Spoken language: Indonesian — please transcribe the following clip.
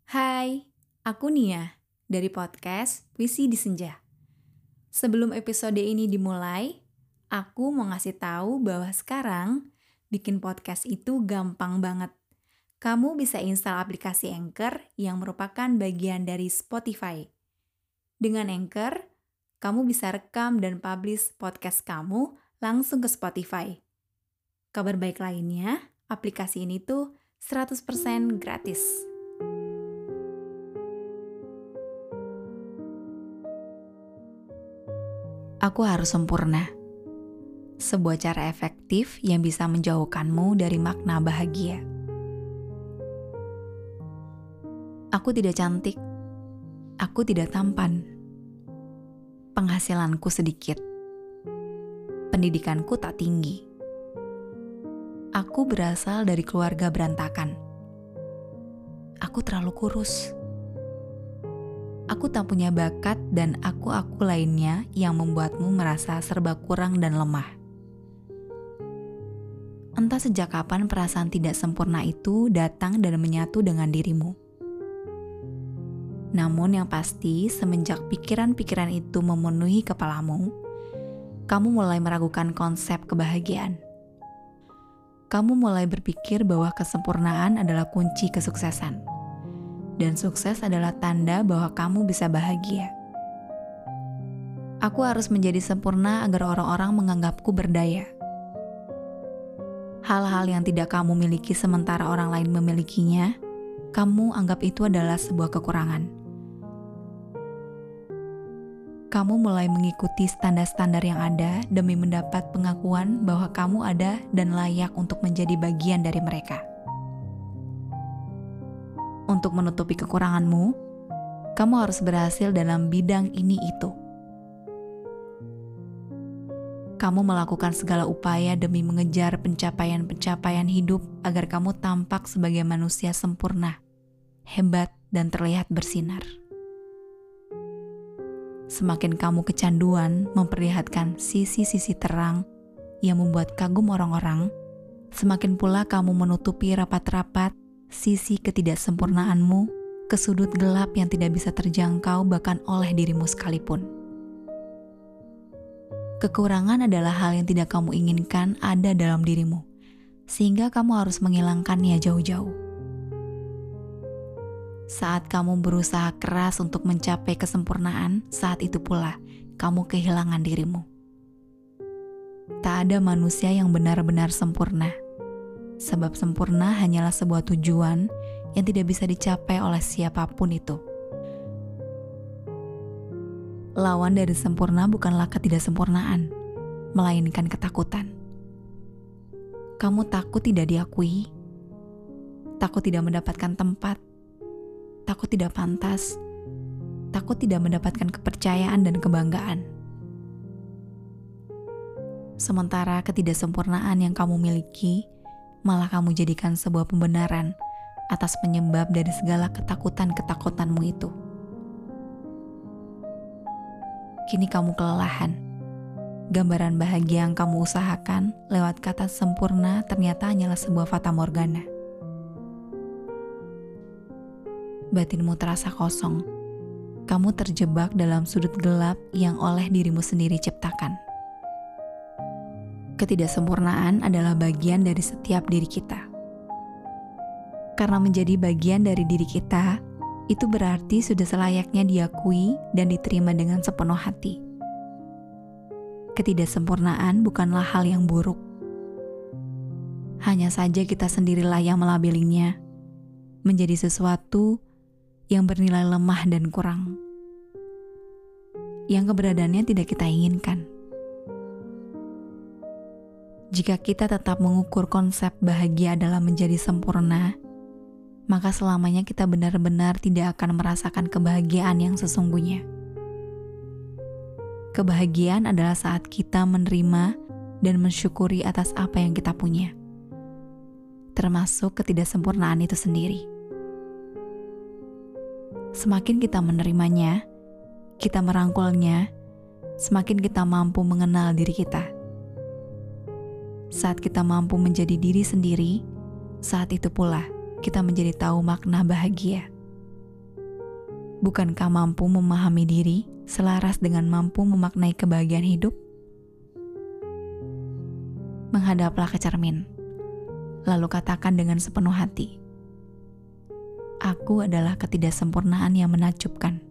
Hai, aku Nia dari podcast Puisi di Senja. Sebelum episode ini dimulai, aku mau ngasih tahu bahwa sekarang bikin podcast itu gampang banget. Kamu bisa install aplikasi Anchor yang merupakan bagian dari Spotify. Dengan Anchor, kamu bisa rekam dan publish podcast kamu langsung ke Spotify. Kabar baik lainnya, aplikasi ini tuh 100% gratis. Aku harus sempurna. Sebuah cara efektif yang bisa menjauhkanmu dari makna bahagia. Aku tidak cantik. Aku tidak tampan. Penghasilanku sedikit. Pendidikanku tak tinggi. Aku berasal dari keluarga berantakan. Aku terlalu kurus. Aku tak punya bakat dan aku lainnya yang membuatmu merasa serba kurang dan lemah. Entah sejak kapan perasaan tidak sempurna itu datang dan menyatu dengan dirimu. Namun yang pasti, semenjak pikiran-pikiran itu memenuhi kepalamu, kamu mulai meragukan konsep kebahagiaan. Kamu mulai berpikir bahwa kesempurnaan adalah kunci kesuksesan. Dan sukses adalah tanda bahwa kamu bisa bahagia. Aku harus menjadi sempurna agar orang-orang menganggapku berdaya. Hal-hal yang tidak kamu miliki sementara orang lain memilikinya, kamu anggap itu adalah sebuah kekurangan. Kamu mulai mengikuti standar-standar yang ada demi mendapat pengakuan bahwa kamu ada dan layak untuk menjadi bagian dari mereka. Untuk menutupi kekuranganmu, kamu harus berhasil dalam bidang ini itu. Kamu melakukan segala upaya demi mengejar pencapaian-pencapaian hidup agar kamu tampak sebagai manusia sempurna, hebat, dan terlihat bersinar. Semakin kamu kecanduan memperlihatkan sisi-sisi terang yang membuat kagum orang-orang, semakin pula kamu menutupi rapat-rapat sisi ketidaksempurnaanmu ke sudut gelap yang tidak bisa terjangkau bahkan oleh dirimu sekalipun. Kekurangan adalah hal yang tidak kamu inginkan ada dalam dirimu, sehingga kamu harus menghilangkannya jauh-jauh. Saat kamu berusaha keras untuk mencapai kesempurnaan, saat itu pula kamu kehilangan dirimu. Tak ada manusia yang benar-benar sempurna. Sebab sempurna hanyalah sebuah tujuan yang tidak bisa dicapai oleh siapapun itu. Lawan dari sempurna bukanlah ketidaksempurnaan, melainkan ketakutan. Kamu takut tidak diakui, takut tidak mendapatkan tempat, takut tidak pantas, takut tidak mendapatkan kepercayaan dan kebanggaan. Sementara ketidaksempurnaan yang kamu miliki malah kamu jadikan sebuah pembenaran atas penyebab dari segala ketakutan-ketakutanmu itu. Kini kamu kelelahan. Gambaran bahagia yang kamu usahakan lewat kata sempurna ternyata hanyalah sebuah fatamorgana. Batinmu terasa kosong. Kamu terjebak dalam sudut gelap yang oleh dirimu sendiri ciptakan. Ketidaksempurnaan adalah bagian dari setiap diri kita. Karena menjadi bagian dari diri kita, itu berarti sudah selayaknya diakui dan diterima dengan sepenuh hati. Ketidaksempurnaan bukanlah hal yang buruk. Hanya saja kita sendirilah yang melabelinya menjadi sesuatu yang bernilai lemah dan kurang, yang keberadaannya tidak kita inginkan. Jika kita tetap mengukur konsep bahagia adalah menjadi sempurna, maka selamanya kita benar-benar tidak akan merasakan kebahagiaan yang sesungguhnya. Kebahagiaan adalah saat kita menerima dan mensyukuri atas apa yang kita punya, termasuk ketidaksempurnaan itu sendiri. Semakin kita menerimanya, kita merangkulnya, semakin kita mampu mengenal diri kita. Saat kita mampu menjadi diri sendiri, saat itu pula kita menjadi tahu makna bahagia. Bukankah mampu memahami diri selaras dengan mampu memaknai kebahagiaan hidup? Menghadaplah ke cermin, lalu katakan dengan sepenuh hati, "Aku adalah ketidaksempurnaan yang menakjubkan."